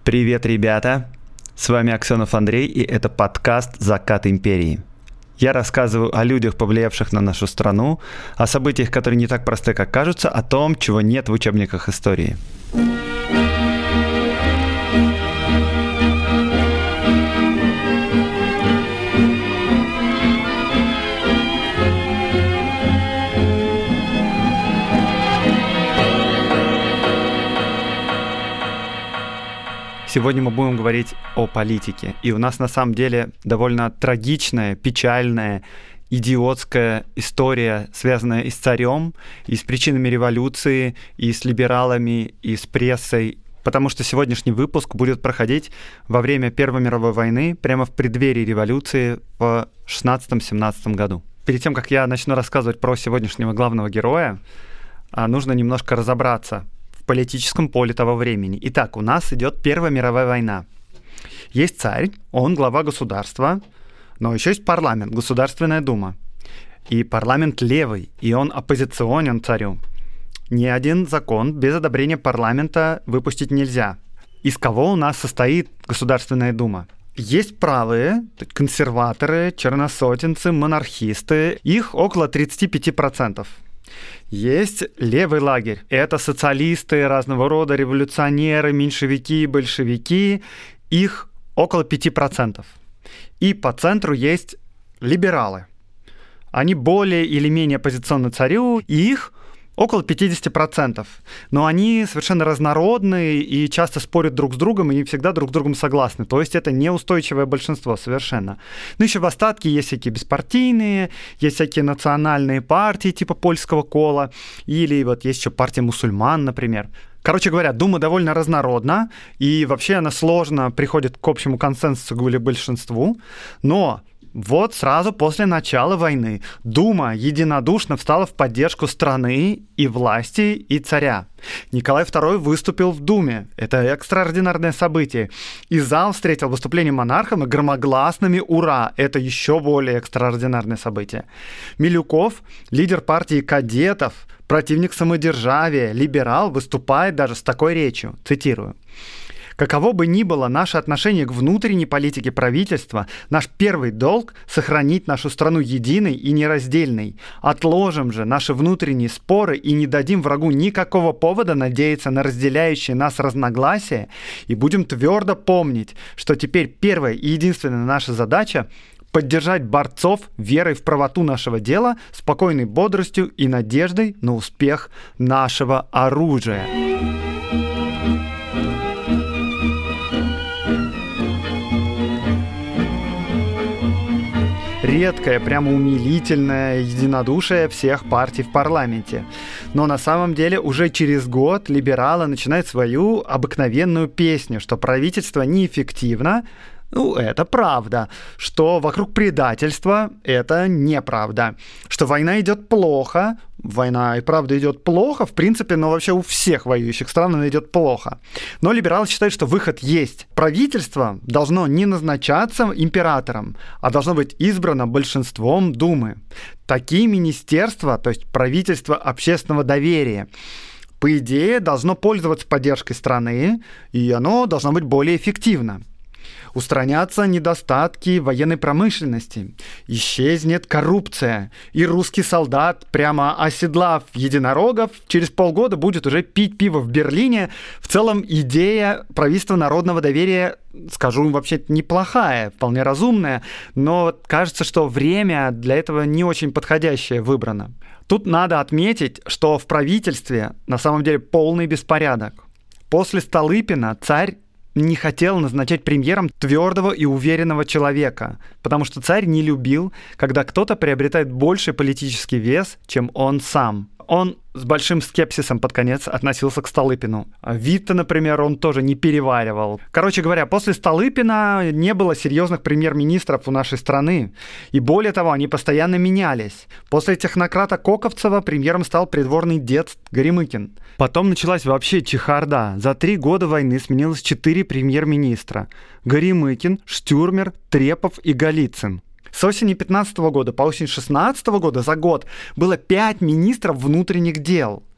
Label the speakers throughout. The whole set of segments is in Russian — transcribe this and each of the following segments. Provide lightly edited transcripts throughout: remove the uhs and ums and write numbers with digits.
Speaker 1: Привет, ребята! С вами Аксенов Андрей, и это подкаст «Закат империи». Я рассказываю о людях, повлиявших на нашу страну, о событиях, которые не так просты, как кажутся, о том, чего нет в учебниках истории. Сегодня мы будем говорить о политике. И у нас на самом деле довольно трагичная, печальная, идиотская история, связанная и с царем, и с причинами революции, и с либералами, и с прессой. Потому что сегодняшний выпуск будет проходить во время Первой мировой войны, прямо в преддверии революции в 16-17 году. Перед тем, как я начну рассказывать про сегодняшнего главного героя, нужно немножко разобраться в политическом поле того времени. Итак, у нас идет Первая мировая война. Есть царь, он глава государства, но еще есть парламент, Государственная дума. И парламент левый, и он оппозиционен царю. Ни один закон без одобрения парламента выпустить нельзя. Из кого у нас состоит Государственная дума? Есть правые, консерваторы, черносотенцы, монархисты. Их около 35%. Есть левый лагерь. Это социалисты, разного рода революционеры, меньшевики, большевики. Их около 5%. И по центру есть либералы. Они более или менее оппозиционны царю, и их около 50%. Но они совершенно разнородные и часто спорят друг с другом и не всегда друг с другом согласны. То есть это неустойчивое большинство совершенно. Ну, еще в остатке есть всякие беспартийные, есть всякие национальные партии типа польского кола, или вот есть еще партия мусульман, например. Короче говоря, Дума довольно разнородна, и вообще она сложно приходит к общему консенсусу или большинству, но вот сразу после начала войны Дума единодушно встала в поддержку страны и власти, и царя. Николай II выступил в Думе. Это экстраординарное событие. И зал встретил выступление монарха громогласными «Ура!». Это еще более экстраординарное событие. Милюков, лидер партии кадетов, противник самодержавия, либерал, выступает даже с такой речью. Цитирую. «Каково бы ни было наше отношение к внутренней политике правительства, наш первый долг – сохранить нашу страну единой и нераздельной. Отложим же наши внутренние споры и не дадим врагу никакого повода надеяться на разделяющие нас разногласия и будем твердо помнить, что теперь первая и единственная наша задача – поддержать борцов верой в правоту нашего дела, спокойной бодростью и надеждой на успех нашего оружия». Редкое, прямо умилительное единодушие всех партий в парламенте. Но на самом деле уже через год либералы начинают свою обыкновенную песню, что правительство неэффективно. Ну, это правда. Что вокруг предательства – это неправда. Что война идет плохо. Война и правда идет плохо, в принципе, но вообще у всех воюющих стран она идет плохо. Но либералы считают, что выход есть. Правительство должно не назначаться императором, а должно быть избрано большинством Думы. Такие министерства, то есть правительство общественного доверия, по идее, должно пользоваться поддержкой страны, и оно должно быть более эффективно. Устранятся недостатки военной промышленности, исчезнет коррупция, и русский солдат, прямо оседлав единорогов, через полгода будет уже пить пиво в Берлине. В целом идея правительства народного доверия, скажу, вообще неплохая, вполне разумная, но кажется, что время для этого не очень подходящее выбрано. Тут надо отметить, что в правительстве на самом деле полный беспорядок. После Столыпина царь не хотел назначать премьером твердого и уверенного человека, потому что царь не любил, когда кто-то приобретает больший политический вес, чем он сам. Он с большим скепсисом под конец относился к Столыпину. Витте, например, он тоже не переваривал. Короче говоря, после Столыпина не было серьезных премьер-министров у нашей страны. И более того, они постоянно менялись. После технократа Коковцева премьером стал придворный дед Горемыкин. Потом началась вообще чехарда. За 3 года войны сменилось 4 премьер-министра. Горемыкин, Штюрмер, Трепов и Голицын. С осени 2015 года по осень 2016 года за год было 5 министров внутренних дел.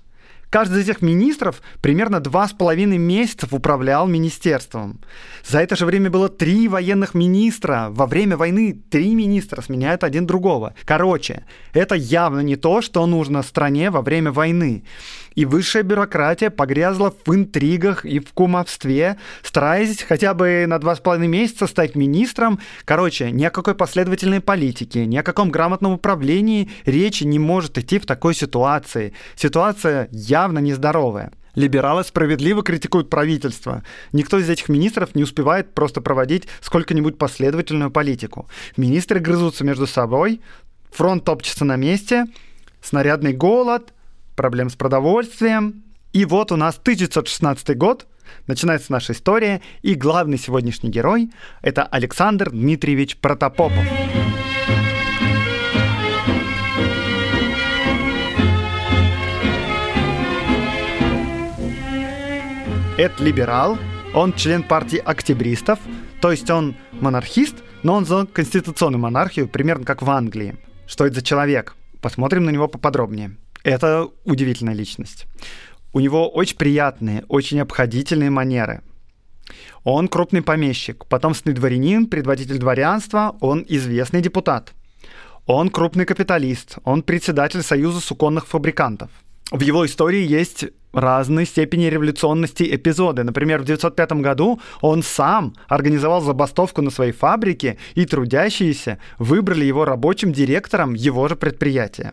Speaker 1: Каждый из этих министров примерно 2,5 месяца управлял министерством. За это же время было 3 военных министра. Во время войны 3 министра сменяют один другого. Короче, это явно не то, что нужно стране во время войны. И высшая бюрократия погрязла в интригах и в кумовстве, стараясь хотя бы на 2,5 месяца стать министром. Короче, ни о какой последовательной политике, ни о каком грамотном управлении речи не может идти в такой ситуации. Ситуация явно нездоровая. Либералы справедливо критикуют правительство. Никто из этих министров не успевает просто проводить сколько-нибудь последовательную политику. Министры грызутся между собой, фронт топчется на месте, снарядный голод, проблем с продовольствием. И вот у нас 1916 год, начинается наша история, и главный сегодняшний герой — это Александр Дмитриевич Протопопов. Это либерал, он член партии октябристов, то есть он монархист, но он за конституционную монархию, примерно как в Англии. Что это за человек? Посмотрим на него поподробнее. Это удивительная личность. У него очень приятные, очень обходительные манеры. Он крупный помещик, потомственный дворянин, предводитель дворянства, он известный депутат. Он крупный капиталист, он председатель Союза суконных фабрикантов. В его истории есть разные степени революционности эпизоды. Например, в 1905 году он сам организовал забастовку на своей фабрике, и трудящиеся выбрали его рабочим директором его же предприятия.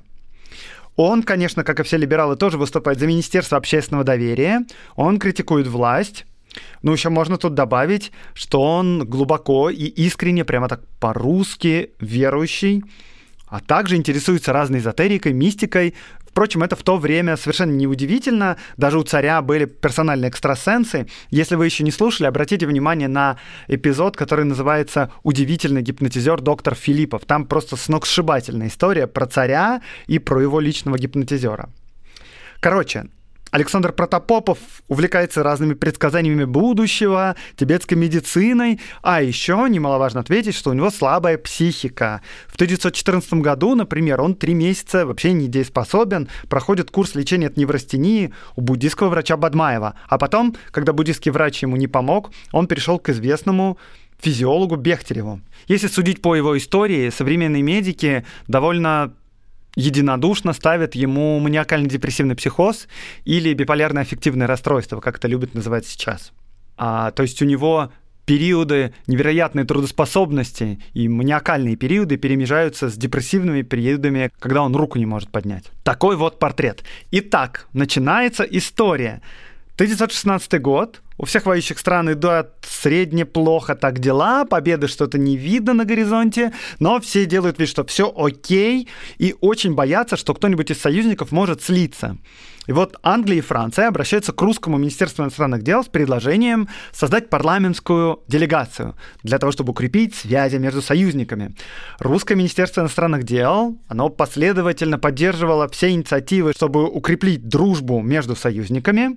Speaker 1: Он, конечно, как и все либералы, тоже выступает за Министерство общественного доверия. Он критикует власть. Ну, еще можно тут добавить, что он глубоко и искренне, прямо так по-русски верующий, а также интересуется разной эзотерикой, мистикой. Впрочем, это в то время совершенно неудивительно. Даже у царя были персональные экстрасенсы. Если вы еще не слушали, обратите внимание на эпизод, который называется «Удивительный гипнотизер доктор Филиппов». Там просто сногсшибательная история про царя и про его личного гипнотизера. Короче, Александр Протопопов увлекается разными предсказаниями будущего, тибетской медициной, а еще немаловажно ответить, что у него слабая психика. В 1914 году, например, он 3 месяца вообще недееспособен, проходит курс лечения от неврастении у буддийского врача Бадмаева. А потом, когда буддийский врач ему не помог, он перешел к известному физиологу Бехтереву. Если судить по его истории, современные медики довольно единодушно ставят ему маниакально-депрессивный психоз или биполярное аффективное расстройство, как это любят называть сейчас. То есть у него периоды невероятной трудоспособности и маниакальные периоды перемежаются с депрессивными периодами, когда он руку не может поднять. Такой вот портрет. Итак, начинается история. 1916 год. У всех воюющих стран идут средне плохо так дела, победы что-то не видно на горизонте, но все делают вид, что все окей, и очень боятся, что кто-нибудь из союзников может слиться. И вот Англия и Франция обращаются к русскому Министерству иностранных дел с предложением создать парламентскую делегацию для того, чтобы укрепить связи между союзниками. Русское Министерство иностранных дел, оно последовательно поддерживало все инициативы, чтобы укрепить дружбу между союзниками.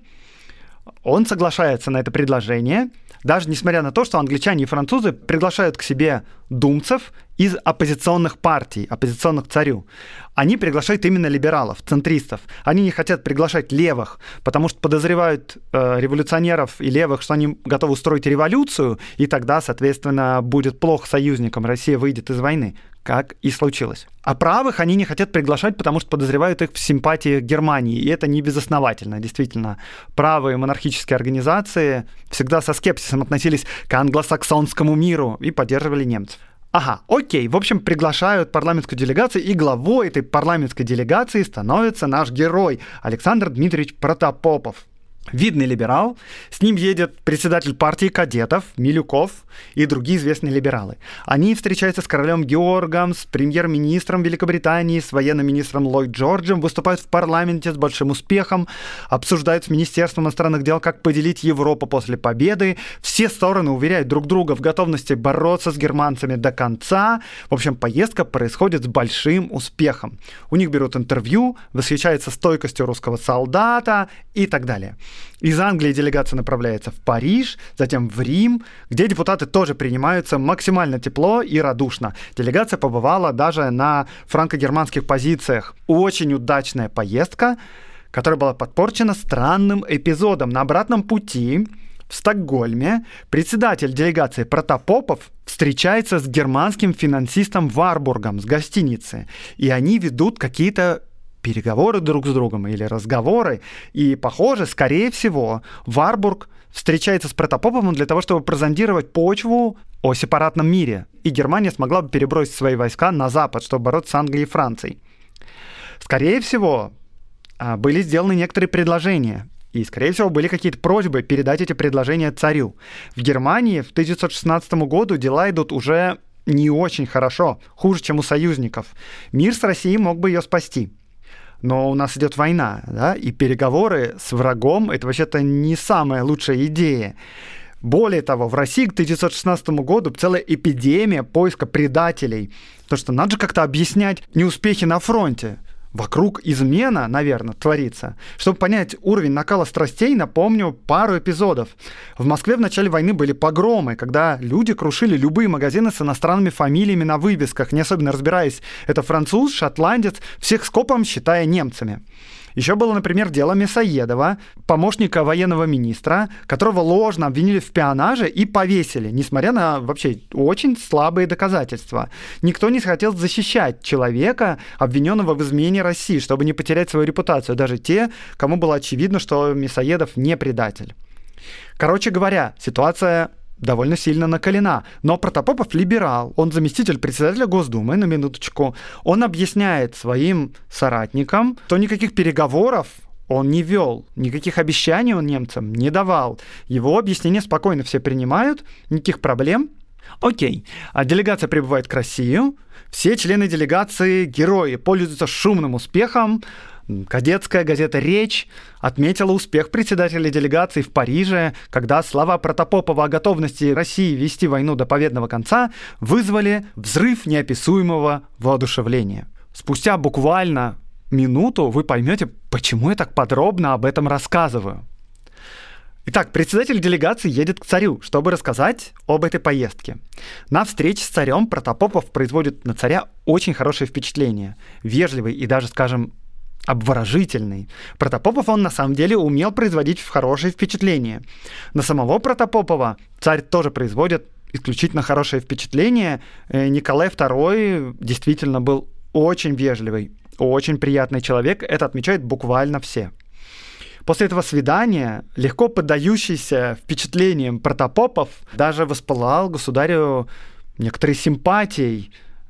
Speaker 1: Он соглашается на это предложение, даже несмотря на то, что англичане и французы приглашают к себе думцев из оппозиционных партий, оппозиционных царю. Они приглашают именно либералов, центристов. Они не хотят приглашать левых, потому что подозревают революционеров и левых, что они готовы устроить революцию, и тогда, соответственно, будет плохо союзникам, Россия выйдет из войны, как и случилось. А правых они не хотят приглашать, потому что подозревают их в симпатии к Германии, и это не безосновательно. Действительно, правые монархические организации всегда со скепсисом относились к англосаксонскому миру и поддерживали немцев. Ага, окей, в общем, приглашают парламентскую делегацию, и главой этой парламентской делегации становится наш герой Александр Дмитриевич Протопопов. Видный либерал, с ним едет председатель партии кадетов Милюков и другие известные либералы. Они встречаются с королем Георгом, с премьер-министром Великобритании, с военным министром Ллойд Джорджем, выступают в парламенте с большим успехом, обсуждают с Министерством иностранных дел, как поделить Европу после победы. Все стороны уверяют друг друга в готовности бороться с германцами до конца. В общем, поездка происходит с большим успехом. У них берут интервью, восхищаются стойкостью русского солдата и так далее. Из Англии делегация направляется в Париж, затем в Рим, где депутаты тоже принимаются максимально тепло и радушно. Делегация побывала даже на франко-германских позициях. Очень удачная поездка. которая была подпорчена странным эпизодом. На обратном пути в Стокгольме председатель делегации Протопопов встречается с германским финансистом Варбургом с гостиницы, и они ведут какие-то переговоры друг с другом или разговоры, и, похоже, скорее всего, Варбург встречается с Протопоповым для того, чтобы прозондировать почву о сепаратном мире, и Германия смогла бы перебросить свои войска на запад, чтобы бороться с Англией и Францией. Скорее всего, были сделаны некоторые предложения, и, скорее всего, были какие-то просьбы передать эти предложения царю. В Германии в 1916 году дела идут уже не очень хорошо, хуже, чем у союзников. Мир с Россией мог бы ее спасти. Но у нас идет война, да, и переговоры с врагом — это вообще-то не самая лучшая идея. Более того, в России к 1916 году целая эпидемия поиска предателей. Потому что надо же как-то объяснять неуспехи на фронте. Вокруг измена, наверное, творится. Чтобы понять уровень накала страстей, напомню пару эпизодов. В Москве в начале войны были погромы, когда люди крушили любые магазины с иностранными фамилиями на вывесках, не особенно разбираясь, это француз, шотландец, всех скопом считая немцами. Еще было, например, дело Мясоедова, помощника военного министра, которого ложно обвинили в шпионаже и повесили, несмотря на вообще очень слабые доказательства. Никто не хотел защищать человека, обвиненного в измене России, чтобы не потерять свою репутацию, даже те, кому было очевидно, что Мясоедов не предатель. Короче говоря, ситуация довольно сильно накалена. Но Протопопов либерал, он заместитель председателя Госдумы, на минуточку. Он объясняет своим соратникам, что никаких переговоров он не вел, никаких обещаний он немцам не давал. Его объяснения спокойно все принимают, никаких проблем. Окей, а делегация прибывает к России, все члены делегации герои, пользуются шумным успехом. Кадетская газета «Речь» отметила успех председателя делегации в Париже, когда слова Протопопова о готовности России вести войну до победного конца вызвали взрыв неописуемого воодушевления. Спустя буквально минуту вы поймете, почему я так подробно об этом рассказываю. Итак, председатель делегации едет к царю, чтобы рассказать об этой поездке. На встрече с царем Протопопов производит на царя очень хорошее впечатление. Вежливый и даже, скажем, обворожительный. Протопопов он на самом деле умел производить хорошее впечатление. На самого Протопопова царь тоже производит исключительно хорошее впечатление. Николай II действительно был очень вежливый, очень приятный человек. Это отмечают буквально все. После этого свидания легко поддающийся впечатлениям Протопопов даже воспылал государю некоторой симпатией,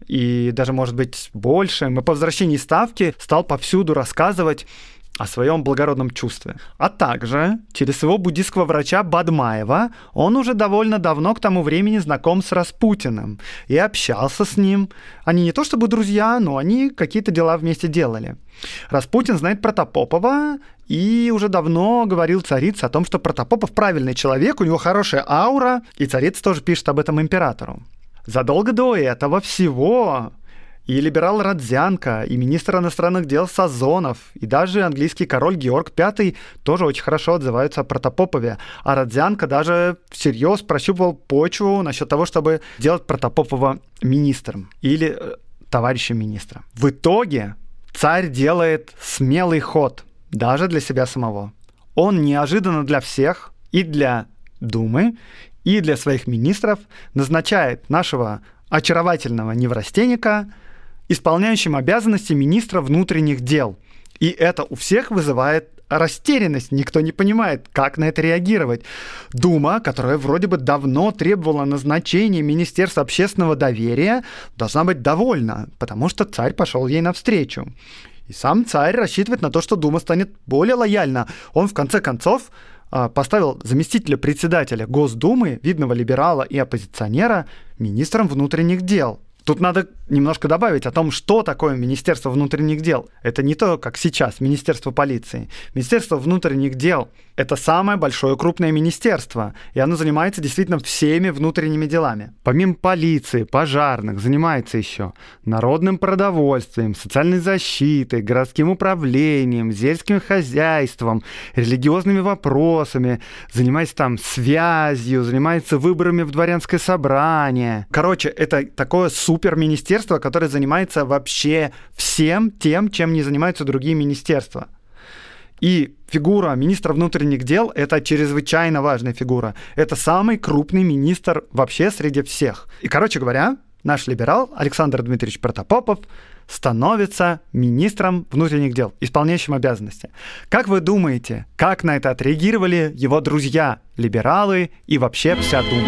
Speaker 1: и даже, может быть, больше. И по возвращении из Ставки стал повсюду рассказывать о своем благородном чувстве. А также через своего буддийского врача Бадмаева он уже довольно давно к тому времени знаком с Распутиным и общался с ним. Они не то чтобы друзья, но они какие-то дела вместе делали. Распутин знает Протопопова и уже давно говорил царице о том, что Протопопов правильный человек, у него хорошая аура, и царица тоже пишет об этом императору. Задолго до этого всего и либерал Родзянко, и министр иностранных дел Сазонов, и даже английский король Георг V тоже очень хорошо отзываются о Протопопове. А Родзянко даже всерьез прощупывал почву насчет того, чтобы делать Протопопова министром или товарищем министра. В итоге царь делает смелый ход, даже для себя самого. Он неожиданно для всех, и для Думы, и для своих министров назначает нашего очаровательного неврастенника исполняющим обязанности министра внутренних дел. И это у всех вызывает растерянность. Никто не понимает, как на это реагировать. Дума, которая вроде бы давно требовала назначения Министерства общественного доверия, должна быть довольна, потому что царь пошел ей навстречу. И сам царь рассчитывает на то, что Дума станет более лояльна. Он, в конце концов, поставил заместителя председателя Госдумы, видного либерала и оппозиционера, министром внутренних дел. Тут надо немножко добавить о том, что такое Министерство внутренних дел. Это не то, как сейчас, Министерство полиции. Министерство внутренних дел — это самое большое крупное министерство, и оно занимается действительно всеми внутренними делами. Помимо полиции, пожарных, занимается еще народным продовольствием, социальной защитой, городским управлением, сельским хозяйством, религиозными вопросами, занимается там связью, занимается выборами в дворянское собрание. Короче, это такое суперминистерство, которое занимается вообще всем тем, чем не занимаются другие министерства. И фигура министра внутренних дел – это чрезвычайно важная фигура. Это самый крупный министр вообще среди всех. И, короче говоря, наш либерал Александр Дмитриевич Протопопов становится министром внутренних дел, исполняющим обязанности. Как вы думаете, как на это отреагировали его друзья, либералы и вообще вся Дума?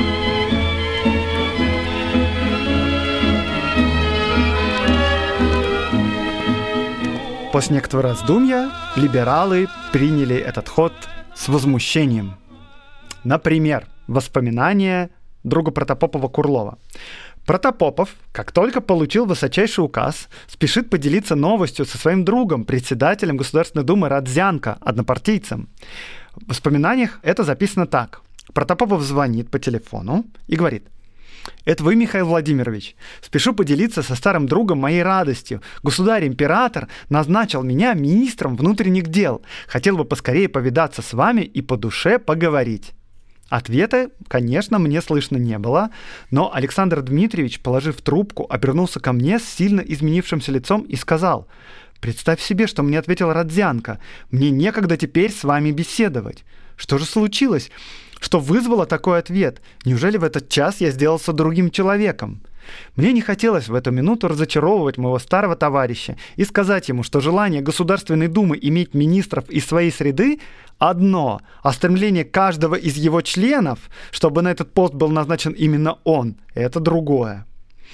Speaker 1: После некоторого раздумья либералы приняли этот ход с возмущением. Например, воспоминания друга Протопопова Курлова. Протопопов, как только получил высочайший указ, спешит поделиться новостью со своим другом, председателем Государственной Думы Родзянко, однопартийцем. В воспоминаниях это записано так. Протопопов звонит по телефону и говорит: «Это вы, Михаил Владимирович. Спешу поделиться со старым другом моей радостью. Государь-император назначил меня министром внутренних дел. Хотел бы поскорее повидаться с вами и по душе поговорить». Ответа, конечно, мне слышно не было, но Александр Дмитриевич, положив трубку, обернулся ко мне с сильно изменившимся лицом и сказал: «Представь себе, что мне ответил Родзянко. Мне некогда теперь с вами беседовать. Что же случилось? Что вызвало такой ответ? Неужели в этот час я сделался другим человеком?» Мне не хотелось в эту минуту разочаровывать моего старого товарища и сказать ему, что желание Государственной Думы иметь министров из своей среды одно, а стремление каждого из его членов, чтобы на этот пост был назначен именно он, это другое.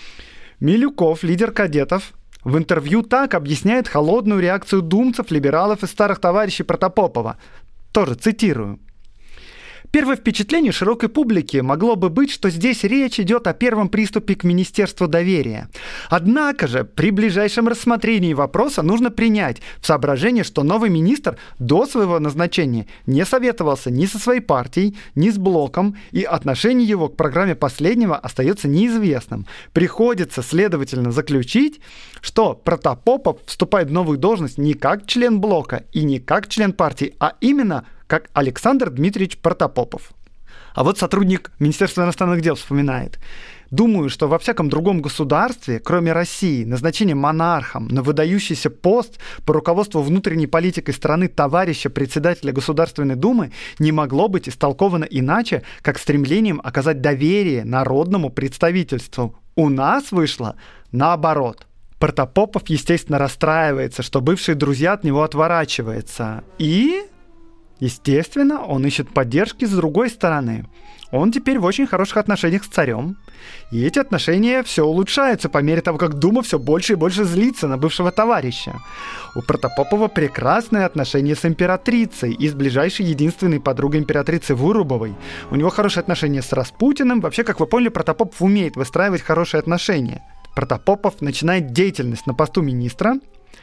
Speaker 1: Милюков, лидер кадетов, в интервью так объясняет холодную реакцию думцев, либералов и старых товарищей Протопопова. Тоже цитирую. Первое впечатление широкой публики могло бы быть, что здесь речь идет о первом приступе к Министерству доверия. Однако же при ближайшем рассмотрении вопроса нужно принять в соображение, что новый министр до своего назначения не советовался ни со своей партией, ни с блоком, и отношение его к программе последнего остается неизвестным. Приходится, следовательно, заключить, что Протопопов вступает в новую должность не как член блока и не как член партии, а именно как Александр Дмитриевич Протопопов. А вот сотрудник Министерства иностранных дел вспоминает: «Думаю, что во всяком другом государстве, кроме России, назначение монархом на выдающийся пост по руководству внутренней политикой страны товарища председателя Государственной Думы не могло быть истолковано иначе, как стремлением оказать доверие народному представительству. У нас вышло наоборот». Протопопов, естественно, расстраивается, что бывшие друзья от него отворачиваются. И... естественно, он ищет поддержки с другой стороны. Он теперь в очень хороших отношениях с царем. И эти отношения все улучшаются по мере того, как Дума все больше и больше злится на бывшего товарища. У Протопопова прекрасные отношения с императрицей и с ближайшей единственной подругой императрицы Вырубовой. У него хорошие отношения с Распутиным. Вообще, как вы поняли, Протопопов умеет выстраивать хорошие отношения. Протопопов начинает деятельность на посту министра.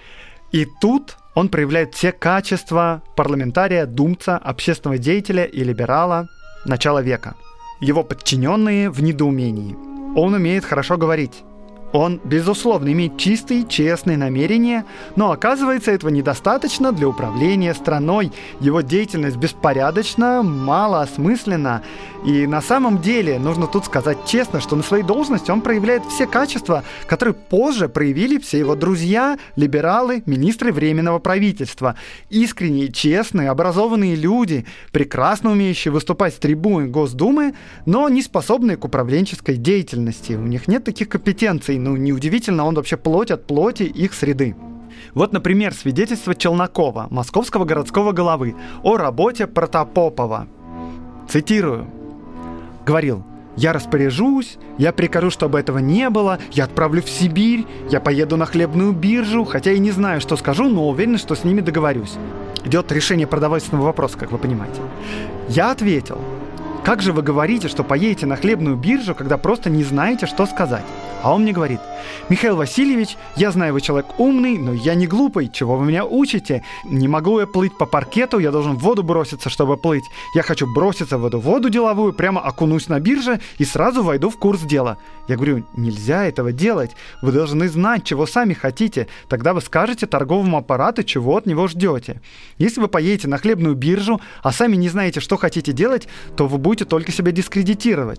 Speaker 1: И тут он проявляет все качества парламентария, думца, общественного деятеля и либерала начала века. Его подчиненные в недоумении. Он умеет хорошо говорить. Он, безусловно, имеет чистые, честные намерения, но, оказывается, этого недостаточно для управления страной. Его деятельность беспорядочна, малоосмысленна. И на самом деле, нужно тут сказать честно, что на своей должности он проявляет все качества, которые позже проявили все его друзья, либералы, министры Временного правительства. Искренние, честные, образованные люди, прекрасно умеющие выступать с трибуны Госдумы, но не способные к управленческой деятельности. У них нет таких компетенций. Ну, неудивительно, он вообще плоть от плоти их среды. Вот, например, свидетельство Челнокова, московского городского головы, о работе Протопопова. Цитирую. Говорил: «Я распоряжусь, я прикажу, чтобы этого не было, я отправлю в Сибирь, я поеду на хлебную биржу, хотя и не знаю, что скажу, но уверен, что с ними договорюсь». Идет решение продовольственного вопроса, как вы понимаете. Я ответил: «Как же вы говорите, что поедете на хлебную биржу, когда просто не знаете, что сказать?» А он мне говорит: «Михаил Васильевич, я знаю, вы человек умный, но я не глупый, чего вы меня учите? Не могу я плыть по паркету, я должен в воду броситься, чтобы плыть. Я хочу броситься в эту воду деловую, прямо окунусь на бирже и сразу войду в курс дела». Я говорю: «Нельзя этого делать, вы должны знать, чего сами хотите, тогда вы скажете торговому аппарату, чего от него ждете. Если вы поедете на хлебную биржу, а сами не знаете, что хотите делать, то вы будете только себя дискредитировать».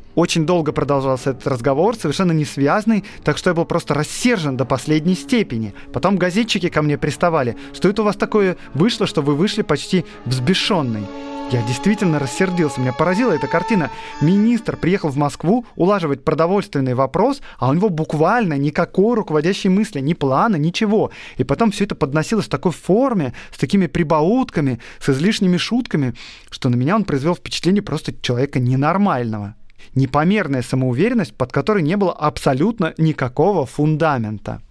Speaker 1: Очень долго продолжался этот разговор, совершенно не связанный, так что я был просто рассержен до последней степени. Потом газетчики ко мне приставали. Что это у вас такое вышло, что вы вышли почти взбешенный? Я действительно рассердился, меня поразила эта картина. Министр приехал в Москву улаживать продовольственный вопрос, а у него буквально никакой руководящей мысли, ни плана, ничего. И потом все это подносилось в такой форме, с такими прибаутками, с излишними шутками, что на меня он произвел впечатление просто человека ненормального. Непомерная самоуверенность, под которой не было абсолютно никакого фундамента.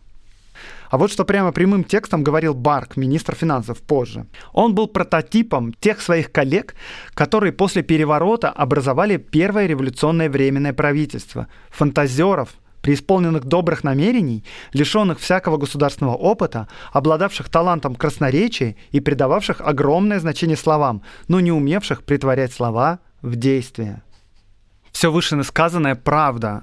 Speaker 1: А вот что прямо прямым текстом говорил Барк, министр финансов, позже. Он был прототипом тех своих коллег, которые после переворота образовали первое революционное временное правительство. Фантазеров, преисполненных добрых намерений, лишенных всякого государственного опыта, обладавших талантом красноречия и придававших огромное значение словам, но не умевших претворять слова в действия. Все вышесказанное правда.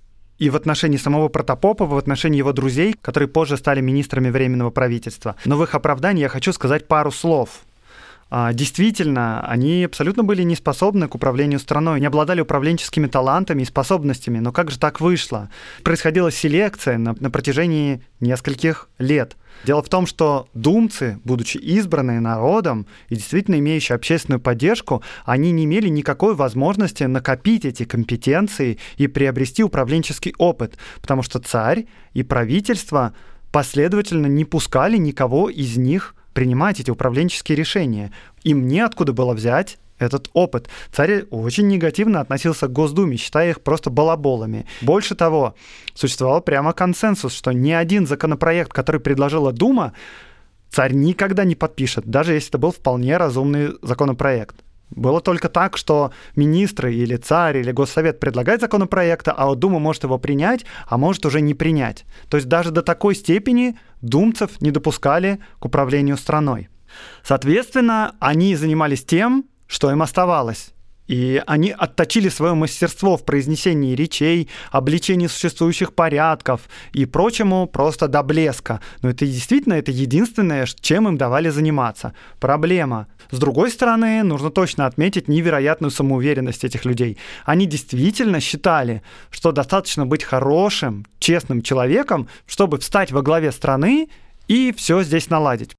Speaker 1: И в отношении самого Протопопова, в отношении его друзей, которые позже стали министрами Временного правительства. Но в их оправдании я хочу сказать пару слов. Действительно, они абсолютно были не способны к управлению страной, не обладали управленческими талантами и способностями. Но как же так вышло? Происходила селекция на протяжении нескольких лет. Дело в том, что думцы, будучи избранные народом и действительно имеющие общественную поддержку, они не имели никакой возможности накопить эти компетенции и приобрести управленческий опыт, потому что царь и правительство последовательно не пускали никого из них принимать эти управленческие решения. Им неоткуда было взять этот опыт. Царь очень негативно относился к Госдуме, считая их просто балаболами. Больше того, существовал прямо консенсус, что ни один законопроект, который предложила Дума, царь никогда не подпишет, даже если это был вполне разумный законопроект. Было только так, что министры или царь или Госсовет предлагают законопроект, а вот Дума может его принять, а может уже не принять. То есть даже до такой степени думцев не допускали к управлению страной. Соответственно, они занимались тем, что им оставалось. И они отточили свое мастерство в произнесении речей, обличении существующих порядков и прочему просто до блеска. Но это действительно это единственное, чем им давали заниматься. Проблема. С другой стороны, нужно точно отметить невероятную самоуверенность этих людей. Они действительно считали, что достаточно быть хорошим, честным человеком, чтобы встать во главе страны и все здесь наладить.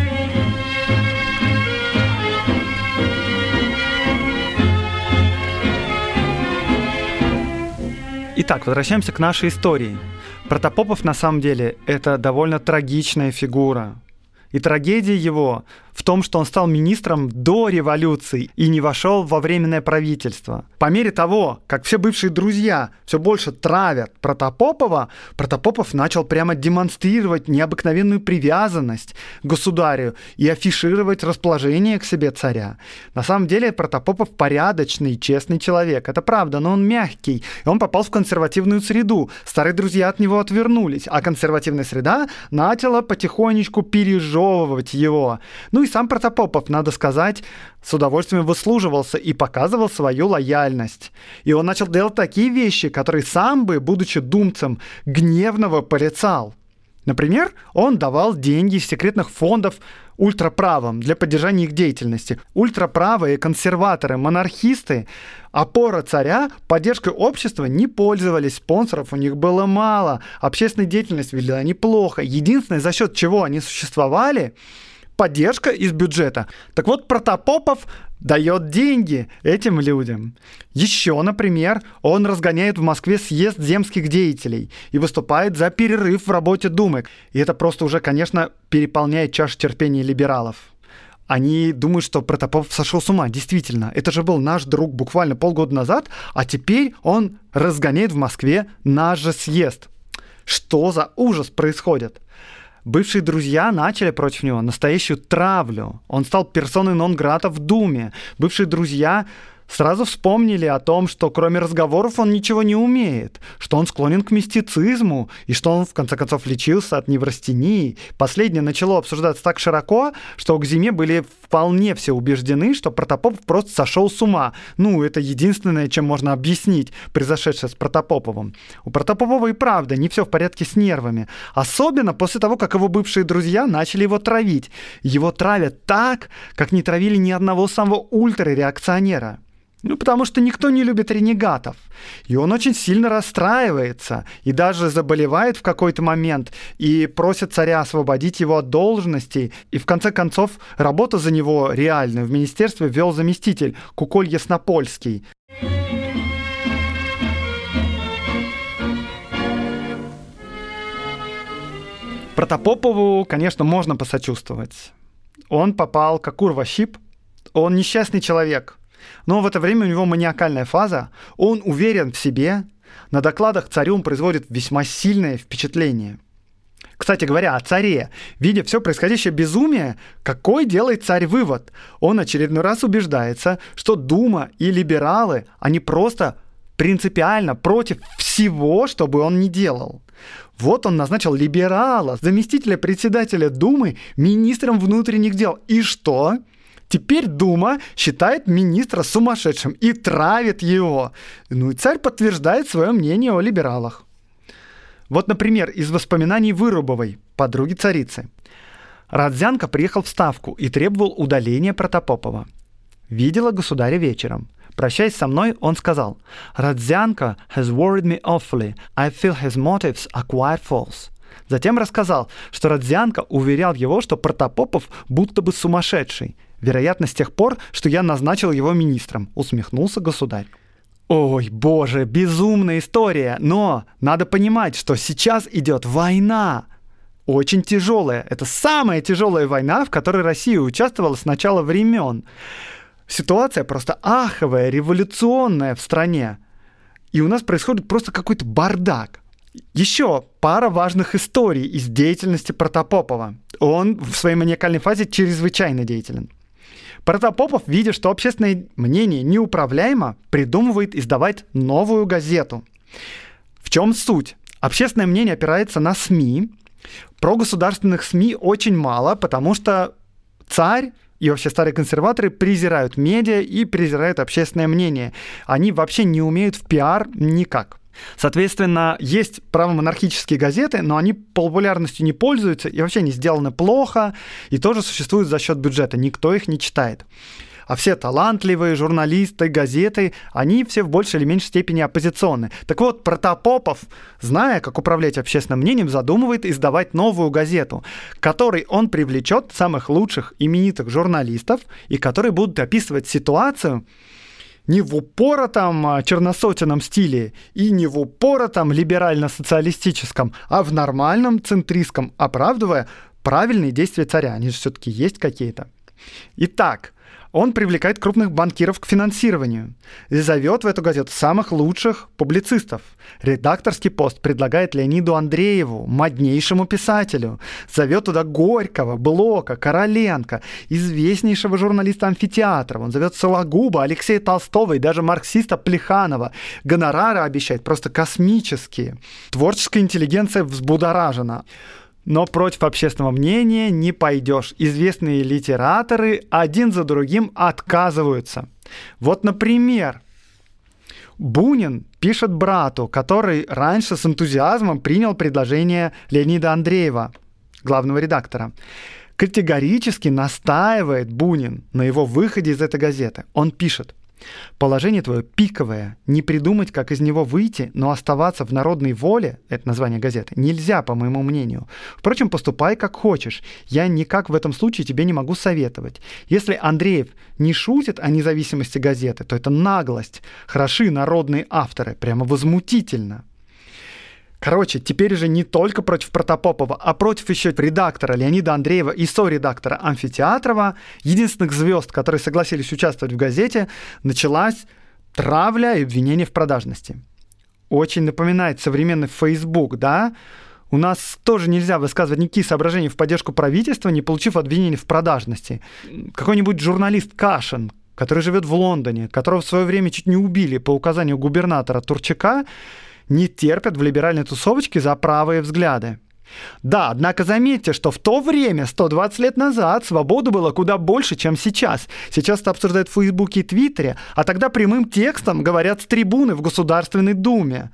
Speaker 1: Итак, возвращаемся к нашей истории. Протопопов, на самом деле, это довольно трагичная фигура. И трагедия его в том, что он стал министром до революции и не вошел во временное правительство. По мере того, как все бывшие друзья все больше травят Протопопова, Протопопов начал прямо демонстрировать необыкновенную привязанность к государю и афишировать расположение к себе царя. На самом деле Протопопов порядочный, честный человек. Это правда, но он мягкий. И он попал в консервативную среду. Старые друзья от него отвернулись, а консервативная среда начала потихонечку пережевывать его. Ну и сам Протопопов, надо сказать, с удовольствием выслуживался и показывал свою лояльность. И он начал делать такие вещи, которые сам бы, будучи думцем, гневного порицал. Например, он давал деньги из секретных фондов ультраправым для поддержания их деятельности. Ультраправые консерваторы, монархисты, опора царя, поддержкой общества не пользовались, спонсоров у них было мало, общественную деятельность вели они плохо. Единственное, за счет чего они существовали – поддержка из бюджета. Так вот, Протопопов дает деньги этим людям. Еще, например, он разгоняет в Москве съезд земских деятелей и выступает за перерыв в работе Думы. И это просто уже, конечно, переполняет чашу терпения либералов. Они думают, что Протопопов сошел с ума. Действительно, это же был наш друг буквально полгода назад, а теперь он разгоняет в Москве наш же съезд. Что за ужас происходит? Бывшие друзья начали против него настоящую травлю. Он стал персоной нон-грата в Думе. Бывшие друзья сразу вспомнили о том, что кроме разговоров он ничего не умеет, что он склонен к мистицизму и что он, в конце концов, лечился от неврастении. Последнее начало обсуждаться так широко, что к зиме были вполне все убеждены, что Протопопов просто сошел с ума. Ну, это единственное, чем можно объяснить произошедшее с Протопоповым. У Протопопова и правда не все в порядке с нервами. Особенно после того, как его бывшие друзья начали его травить. Его травят так, как не травили ни одного самого ультрареакционера. Потому что никто не любит ренегатов. И он очень сильно расстраивается и даже заболевает в какой-то момент и просит царя освободить его от должности. И в конце концов работу за него реальную в министерстве вел заместитель Куколь Яснопольский. Протопопову, конечно, можно посочувствовать. Он попал как кур во щип, он несчастный человек. Но в это время у него маниакальная фаза, он уверен в себе, на докладах царю он производит весьма сильное впечатление. Кстати говоря, о царе. Видя все происходящее безумие, какой делает царь вывод? Он очередной раз убеждается, что Дума и либералы, они просто принципиально против всего, что бы он ни делал. Вот он назначил либерала, заместителя председателя Думы, министром внутренних дел. И что? Теперь Дума считает министра сумасшедшим и травит его. И царь подтверждает свое мнение о либералах. Вот, например, из воспоминаний Вырубовой, подруги царицы. Родзянко приехал в Ставку и требовал удаления Протопопова. Видела государя вечером. Прощаясь со мной, он сказал: «Родзянко has worried me awfully. I feel his motives are quite false». Затем рассказал, что Родзянко уверял его, что Протопопов будто бы сумасшедший. Вероятно, с тех пор, что я назначил его министром, усмехнулся государь. Ой, боже, безумная история, но надо понимать, что сейчас идет война. Очень тяжелая. Это самая тяжелая война, в которой Россия участвовала с начала времен. Ситуация просто аховая, революционная в стране. И у нас происходит просто какой-то бардак. Еще пара важных историй из деятельности Протопопова. Он в своей маниакальной фазе чрезвычайно деятелен. Протопопов, видя, что общественное мнение неуправляемо, придумывает издавать новую газету. В чем суть? Общественное мнение опирается на СМИ. Про государственных СМИ очень мало, потому что царь и вообще старые консерваторы презирают медиа и презирают общественное мнение. Они вообще не умеют в пиар никак. Соответственно, есть правомонархические газеты, но они популярностью не пользуются и вообще не сделаны плохо, и тоже существуют за счет бюджета. Никто их не читает. А все талантливые журналисты, газеты, они все в большей или меньшей степени оппозиционны. Так вот, Протопопов, зная, как управлять общественным мнением, задумывает издавать новую газету, которой он привлечет самых лучших именитых журналистов, и которые будут описывать ситуацию не в упоротом черносотенном стиле и не в упоротом либерально-социалистическом, а в нормальном центристском, оправдывая правильные действия царя. Они же все-таки есть какие-то. Итак, он привлекает крупных банкиров к финансированию и зовет в эту газету самых лучших публицистов. Редакторский пост предлагает Леониду Андрееву, моднейшему писателю. Зовет туда Горького, Блока, Короленко, известнейшего журналиста Амфитеатра. Он зовет Сологуба, Алексея Толстого и даже марксиста Плеханова. Гонорары обещает просто космические. Творческая интеллигенция взбудоражена. Но против общественного мнения не пойдешь. Известные литераторы один за другим отказываются. Вот, например, Бунин пишет брату, который раньше с энтузиазмом принял предложение Леонида Андреева, главного редактора. Категорически настаивает Бунин на его выходе из этой газеты. Он пишет: «Положение твое пиковое, не придумать, как из него выйти, но оставаться в народной воле, это название газеты, нельзя, по моему мнению. Впрочем, поступай как хочешь, я никак в этом случае тебе не могу советовать. Если Андреев не шутит о независимости газеты, то это наглость. Хороши народные авторы, прямо возмутительно». Короче, теперь уже не только против Протопопова, а против еще редактора Леонида Андреева и соредактора Амфитеатрова, единственных звезд, которые согласились участвовать в газете, началась травля и обвинение в продажности. Очень напоминает современный Facebook, да? У нас тоже нельзя высказывать никакие соображения в поддержку правительства, не получив обвинений в продажности. Какой-нибудь журналист Кашин, который живет в Лондоне, которого в свое время чуть не убили по указанию губернатора Турчака, не терпят в либеральной тусовочке за правые взгляды. Да, однако заметьте, что в то время, 120 лет назад, свободы было куда больше, чем сейчас. Сейчас это обсуждают в Фейсбуке и Твиттере, а тогда прямым текстом говорят с трибуны в Государственной Думе.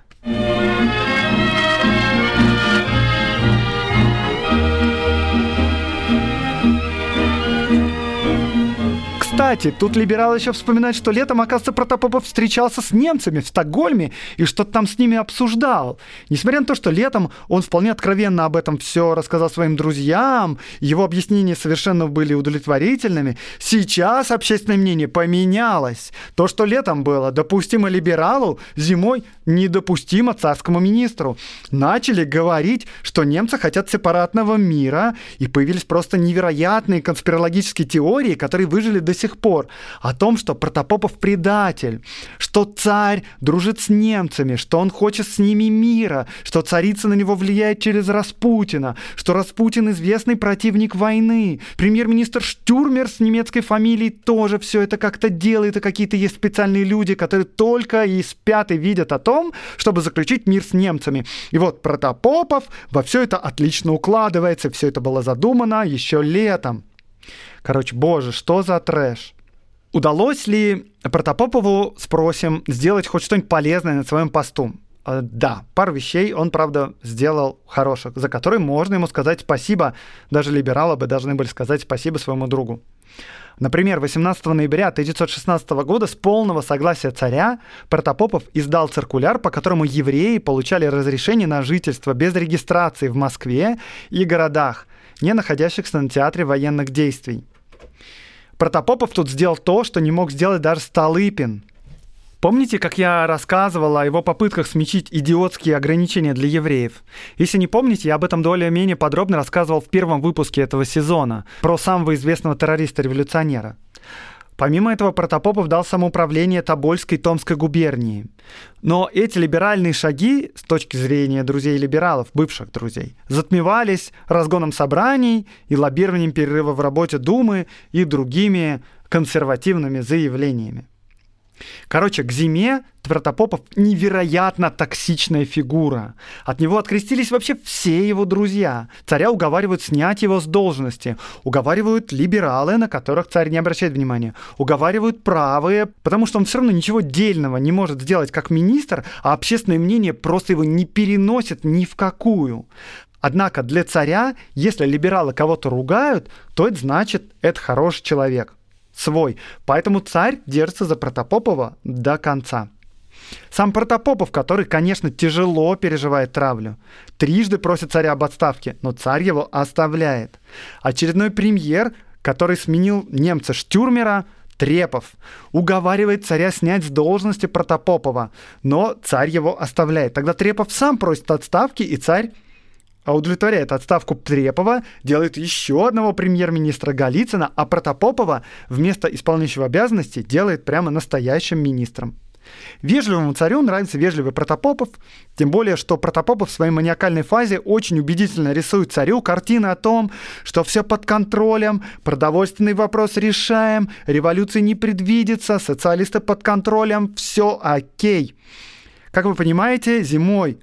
Speaker 1: Кстати, тут либералы еще вспоминают, что летом, оказывается, Протопопов встречался с немцами в Стокгольме и что-то там с ними обсуждал. Несмотря на то, что летом он вполне откровенно об этом все рассказал своим друзьям, его объяснения совершенно были удовлетворительными, сейчас общественное мнение поменялось. То, что летом было допустимо либералу, зимой недопустимо царскому министру. Начали говорить, что немцы хотят сепаратного мира, и появились просто невероятные конспирологические теории, которые выжили до сих пор, о том, что Протопопов предатель, что царь дружит с немцами, что он хочет с ними мира, что царица на него влияет через Распутина, что Распутин известный противник войны, премьер-министр Штюрмер с немецкой фамилией тоже все это как-то делает, и какие-то есть специальные люди, которые только и спят и видят о том, чтобы заключить мир с немцами. И вот Протопопов во все это отлично укладывается, все это было задумано еще летом. Короче, боже, что за трэш. Удалось ли Протопопову, спросим, сделать хоть что-нибудь полезное на своем посту? Да, пару вещей он, правда, сделал хороших, за которые можно ему сказать спасибо. Даже либералы бы должны были сказать спасибо своему другу. Например, 18 ноября 1916 года с полного согласия царя Протопопов издал циркуляр, по которому евреи получали разрешение на жительство без регистрации в Москве и городах, не находящихся на театре военных действий. Протопопов тут сделал то, что не мог сделать даже Столыпин. Помните, как я рассказывал о его попытках смягчить идиотские ограничения для евреев? Если не помните, я об этом более-менее подробно рассказывал в первом выпуске этого сезона про самого известного террориста-революционера. Помимо этого, Протопопов дал самоуправление Тобольской и Томской губернии. Но эти либеральные шаги, с точки зрения друзей-либералов, бывших друзей, затмевались разгоном собраний и лоббированием перерыва в работе Думы и другими консервативными заявлениями. Короче, к зиме Протопопов невероятно токсичная фигура. От него открестились вообще все его друзья. Царя уговаривают снять его с должности. Уговаривают либералы, на которых царь не обращает внимания. Уговаривают правые, потому что он все равно ничего дельного не может сделать как министр, а общественное мнение просто его не переносит ни в какую. Однако для царя, если либералы кого-то ругают, то это значит, это хороший человек. Свой. Поэтому царь держится за Протопопова до конца. Сам Протопопов, который, конечно, тяжело переживает травлю, трижды просит царя об отставке, но царь его оставляет. Очередной премьер, который сменил немца Штюрмера, Трепов, уговаривает царя снять с должности Протопопова, но царь его оставляет. Тогда Трепов сам просит отставки, и царь удовлетворяет отставку Трепова, делает еще одного премьер-министра Голицына, а Протопопова вместо исполняющего обязанности делает прямо настоящим министром. Вежливому царю нравится вежливый Протопопов, тем более, что Протопопов в своей маниакальной фазе очень убедительно рисует царю картины о том, что все под контролем, продовольственный вопрос решаем, революции не предвидится, социалисты под контролем, все окей. Как вы понимаете, зимой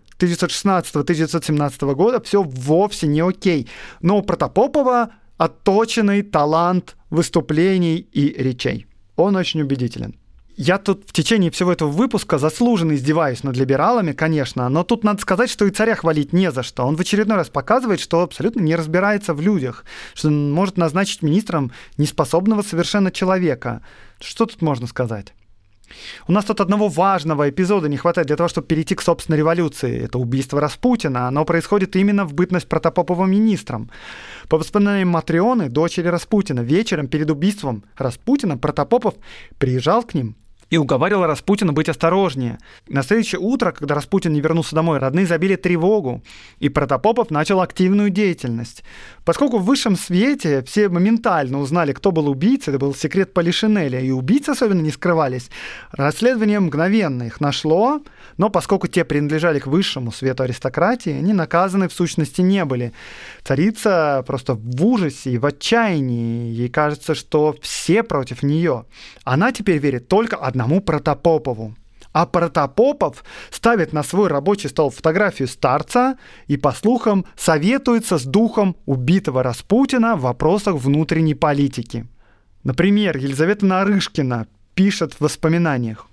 Speaker 1: 1916-1917 года все вовсе не окей. Но у Протопопова отточенный талант выступлений и речей. Он очень убедителен. Я тут в течение всего этого выпуска заслуженно издеваюсь над либералами, конечно, но тут надо сказать, что и царя хвалить не за что. Он в очередной раз показывает, что абсолютно не разбирается в людях, что он может назначить министром неспособного совершенно человека. Что тут можно сказать? У нас тут одного важного эпизода не хватает для того, чтобы перейти к собственной революции. Это убийство Распутина. Оно происходит именно в бытность Протопопова министром. По воспоминаниям Матрёны, дочери Распутина, вечером перед убийством Распутина Протопопов приезжал к ним и уговаривал Распутина быть осторожнее. На следующее утро, когда Распутин не вернулся домой, родные забили тревогу, и Протопопов начал активную деятельность. Поскольку в высшем свете все моментально узнали, кто был убийцей, это был секрет Полишинеля, и убийцы особенно не скрывались, расследование мгновенно их нашло, но поскольку те принадлежали к высшему свету аристократии, они наказаны в сущности не были. Царица просто в ужасе и в отчаянии, ей кажется, что все против нее. Она теперь верит только одному Протопопову. А Протопопов ставит на свой рабочий стол фотографию старца и, по слухам, советуется с духом убитого Распутина в вопросах внутренней политики. Например, Елизавета Нарышкина пишет в воспоминаниях: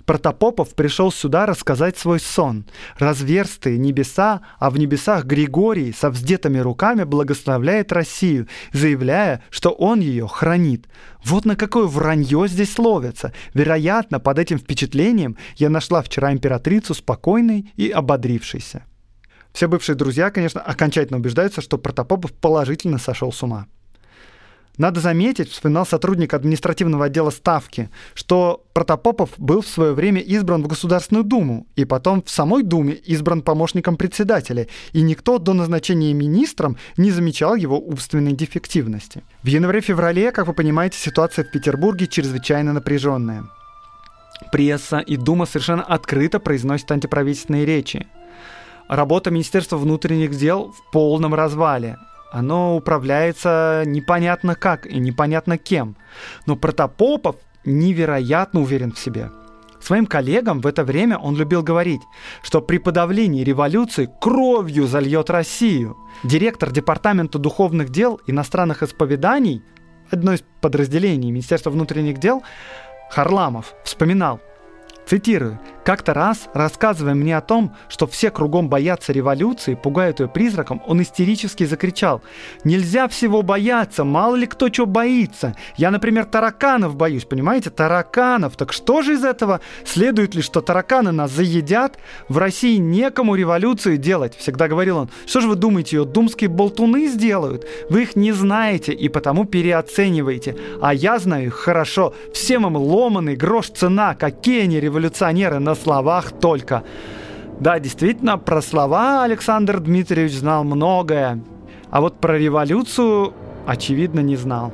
Speaker 1: Протопопов пришел сюда рассказать свой сон. Разверстые небеса, а в небесах Григорий со вздетыми руками благословляет Россию, заявляя, что он ее хранит. Вот на какое вранье здесь ловится. Вероятно, под этим впечатлением я нашла вчера императрицу спокойной и ободрившейся. Все бывшие друзья, конечно, окончательно убеждаются, что Протопопов положительно сошел с ума. Надо заметить, вспоминал сотрудник административного отдела Ставки, что Протопопов был в свое время избран в Государственную Думу, и потом в самой Думе избран помощником председателя, и никто до назначения министром не замечал его умственной дефективности. В январе-феврале, как вы понимаете, ситуация в Петербурге чрезвычайно напряженная. Пресса и Дума совершенно открыто произносят антиправительственные речи. Работа Министерства внутренних дел в полном развале. Оно управляется непонятно как и непонятно кем. Но Протопопов невероятно уверен в себе. Своим коллегам в это время он любил говорить, что при подавлении революции кровью зальет Россию. Директор Департамента духовных дел иностранных исповеданий, одно из подразделений Министерства внутренних дел, Харламов, вспоминал, цитирую, «Как-то раз, рассказывая мне о том, что все кругом боятся революции, пугают ее призраком, он истерически закричал: «Нельзя всего бояться, мало ли кто чего боится. Я, например, тараканов боюсь, понимаете, тараканов. Так что же из этого? Следует ли, что тараканы нас заедят? В России некому революцию делать», всегда говорил он. «Что же вы думаете, ее думские болтуны сделают? Вы их не знаете и потому переоцениваете. А я знаю их хорошо. Всем им ломаный грош цена. Какие они революционеры на словах только». Да, действительно, про слова Александр Дмитриевич знал многое, а вот про революцию, очевидно, не знал.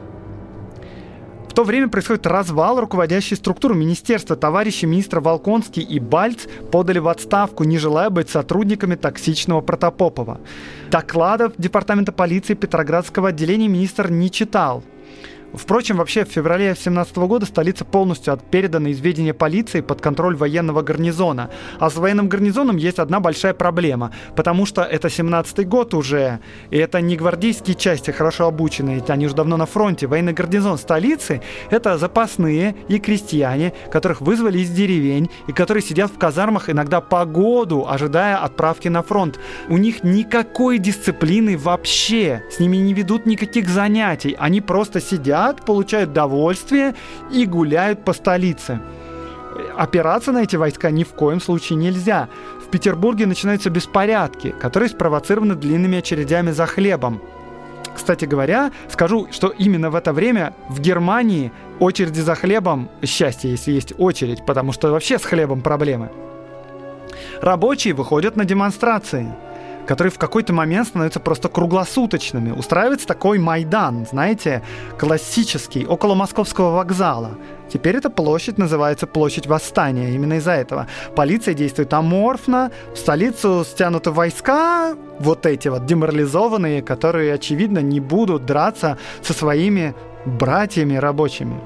Speaker 1: В то время происходит развал руководящей структуры министерства. Товарищи министра Волконский и Бальц подали в отставку, не желая быть сотрудниками токсичного Протопопова. Докладов Департамента полиции Петроградского отделения министр не читал. Впрочем, вообще в феврале 2017 года столица полностью передана из ведения полиции под контроль военного гарнизона. А с военным гарнизоном есть одна большая проблема, потому что это 17-й год уже, и это не гвардейские части, хорошо обученные, они уже давно на фронте. Военный гарнизон столицы — это запасные и крестьяне, которых вызвали из деревень, и которые сидят в казармах иногда по году, ожидая отправки на фронт. У них никакой дисциплины вообще, с ними не ведут никаких занятий, они просто сидят, получают удовольствие и гуляют по столице. Опираться на эти войска ни в коем случае нельзя. В Петербурге начинаются беспорядки, которые спровоцированы длинными очередями за хлебом. Кстати говоря, скажу, что именно в это время в Германии очереди за хлебом — счастье, если есть очередь, потому что вообще с хлебом проблемы. Рабочие выходят на демонстрации, которые в какой-то момент становятся просто круглосуточными. Устраивается такой Майдан, знаете, классический, около Московского вокзала. Теперь эта площадь называется Площадь Восстания, именно из-за этого. Полиция действует аморфно, в столицу стянуты войска, вот эти вот деморализованные, которые, очевидно, не будут драться со своими братьями рабочими.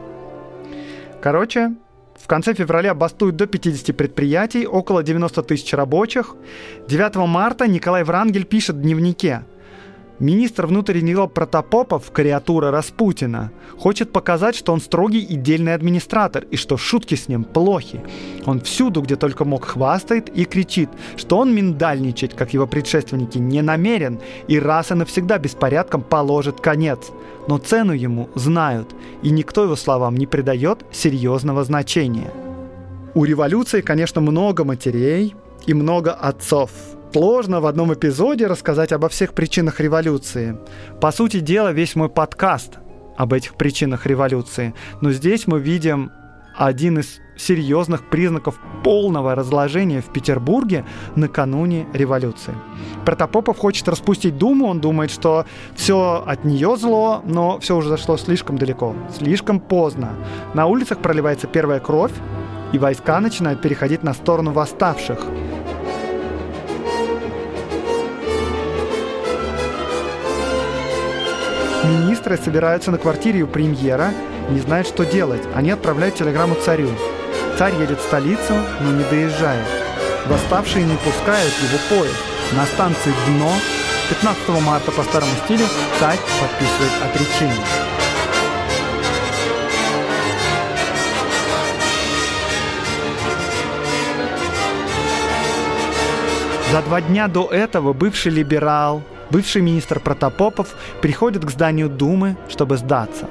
Speaker 1: Короче, в конце февраля бастуют до 50 предприятий, около 90 тысяч рабочих. 9 марта Николай Врангель пишет в дневнике: «Министр внутренних дел Протопопов, карикатура Распутина, хочет показать, что он строгий и дельный администратор, и что шутки с ним плохи. Он всюду, где только мог, хвастает и кричит, что он миндальничать, как его предшественники, не намерен, и раз и навсегда беспорядкам положит конец. Но цену ему знают, и никто его словам не придает серьезного значения». У революции, конечно, много матерей и много отцов. Сложно в одном эпизоде рассказать обо всех причинах революции. По сути дела, весь мой подкаст об этих причинах революции. Но здесь мы видим один из серьезных признаков полного разложения в Петербурге накануне революции. Протопопов хочет распустить Думу, он думает, что все от нее зло, но все уже зашло слишком далеко, слишком поздно. На улицах проливается первая кровь, и войска начинают переходить на сторону восставших. Министры собираются на квартире у премьера, не знают, что делать. Они отправляют телеграмму царю. Царь едет в столицу, но не доезжает. Восставшие не пускают его поезд. На станции Дно 15 марта по старому стилю царь подписывает отречение. За 2 дня до этого бывший либерал, бывший министр Протопопов приходит к зданию Думы, чтобы сдаться.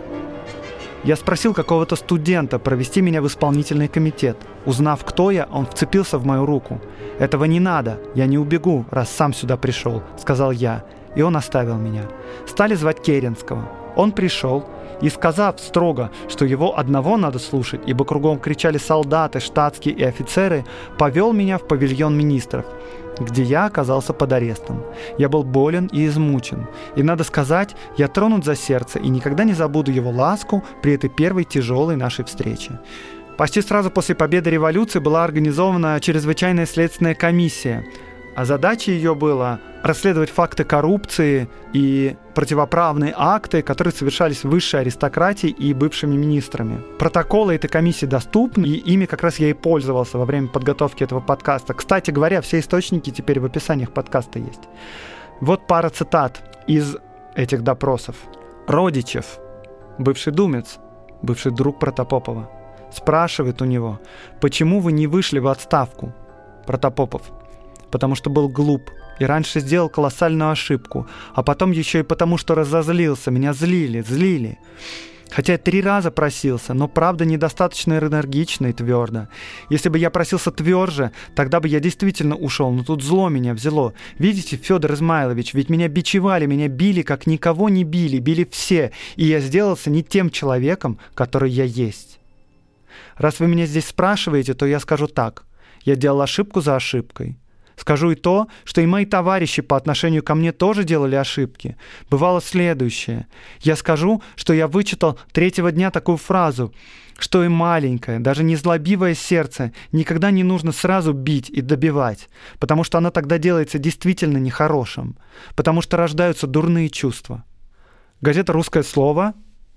Speaker 1: Я спросил какого-то студента провести меня в исполнительный комитет. Узнав, кто я, он вцепился в мою руку. «Этого не надо, я не убегу, раз сам сюда пришел», — сказал я. И он оставил меня. Стали звать Керенского. Он пришел и, сказав строго, что его одного надо слушать, ибо кругом кричали солдаты, штатские и офицеры, повел меня в павильон министров, где я оказался под арестом. Я был болен и измучен. И, надо сказать, я тронут за сердце и никогда не забуду его ласку при этой первой тяжелой нашей встрече. Почти сразу после победы революции была организована чрезвычайная следственная комиссия, а задачей ее было расследовать факты коррупции и противоправные акты, которые совершались в высшей аристократии и бывшими министрами. Протоколы этой комиссии доступны, и ими как раз я и пользовался во время подготовки этого подкаста. Кстати говоря, все источники теперь в описаниях подкаста есть. Вот пара цитат из этих допросов. Родичев, бывший думец, бывший друг Протопопова, спрашивает у него: «Почему вы не вышли в отставку?» Протопопов: «Потому что был глуп и раньше сделал колоссальную ошибку, а потом еще и потому, что разозлился, меня злили. Хотя я 3 раза просился, но правда недостаточно энергично и твердо. Если бы я просился тверже, тогда бы я действительно ушел, но тут зло меня взяло. Видите, Федор Измайлович, ведь меня бичевали, меня били, как никого не били все, и я сделался не тем человеком, который я есть. Раз вы меня здесь спрашиваете, то я скажу так: я делал ошибку за ошибкой. Скажу и то, что и мои товарищи по отношению ко мне тоже делали ошибки. Бывало следующее. Я скажу, что я вычитал 3-го дня такую фразу, что и маленькое, даже незлобивое сердце никогда не нужно сразу бить и добивать, потому что оно тогда делается действительно нехорошим, потому что рождаются дурные чувства. Газета «Русское слово»,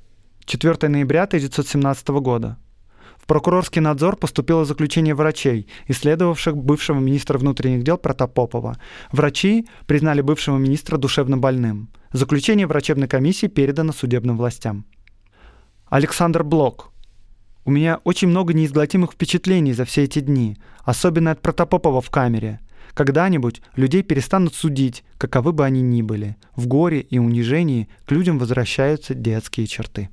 Speaker 1: 4 ноября 1917 года. В прокурорский надзор поступило заключение врачей, исследовавших бывшего министра внутренних дел Протопопова. Врачи признали бывшего министра душевно больным. Заключение врачебной комиссии передано судебным властям. Александр Блок. У меня очень много неизгладимых впечатлений за все эти дни, особенно от Протопопова в камере. Когда-нибудь людей перестанут судить, каковы бы они ни были. В горе и унижении к людям возвращаются детские черты.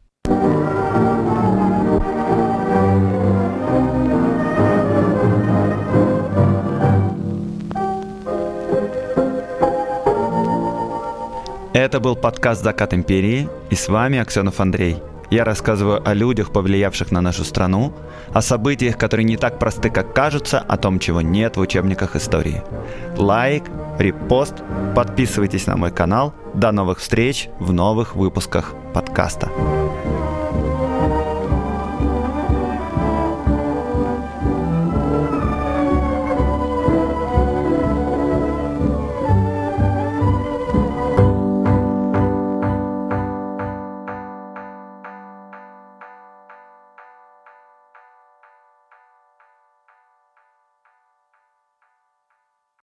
Speaker 2: Это был подкаст «Закат империи», и с вами Аксенов Андрей. Я рассказываю о людях, повлиявших на нашу страну, о событиях, которые не так просты, как кажутся, о том, чего нет в учебниках истории. Лайк, репост, подписывайтесь на мой канал. До новых встреч в новых выпусках подкаста.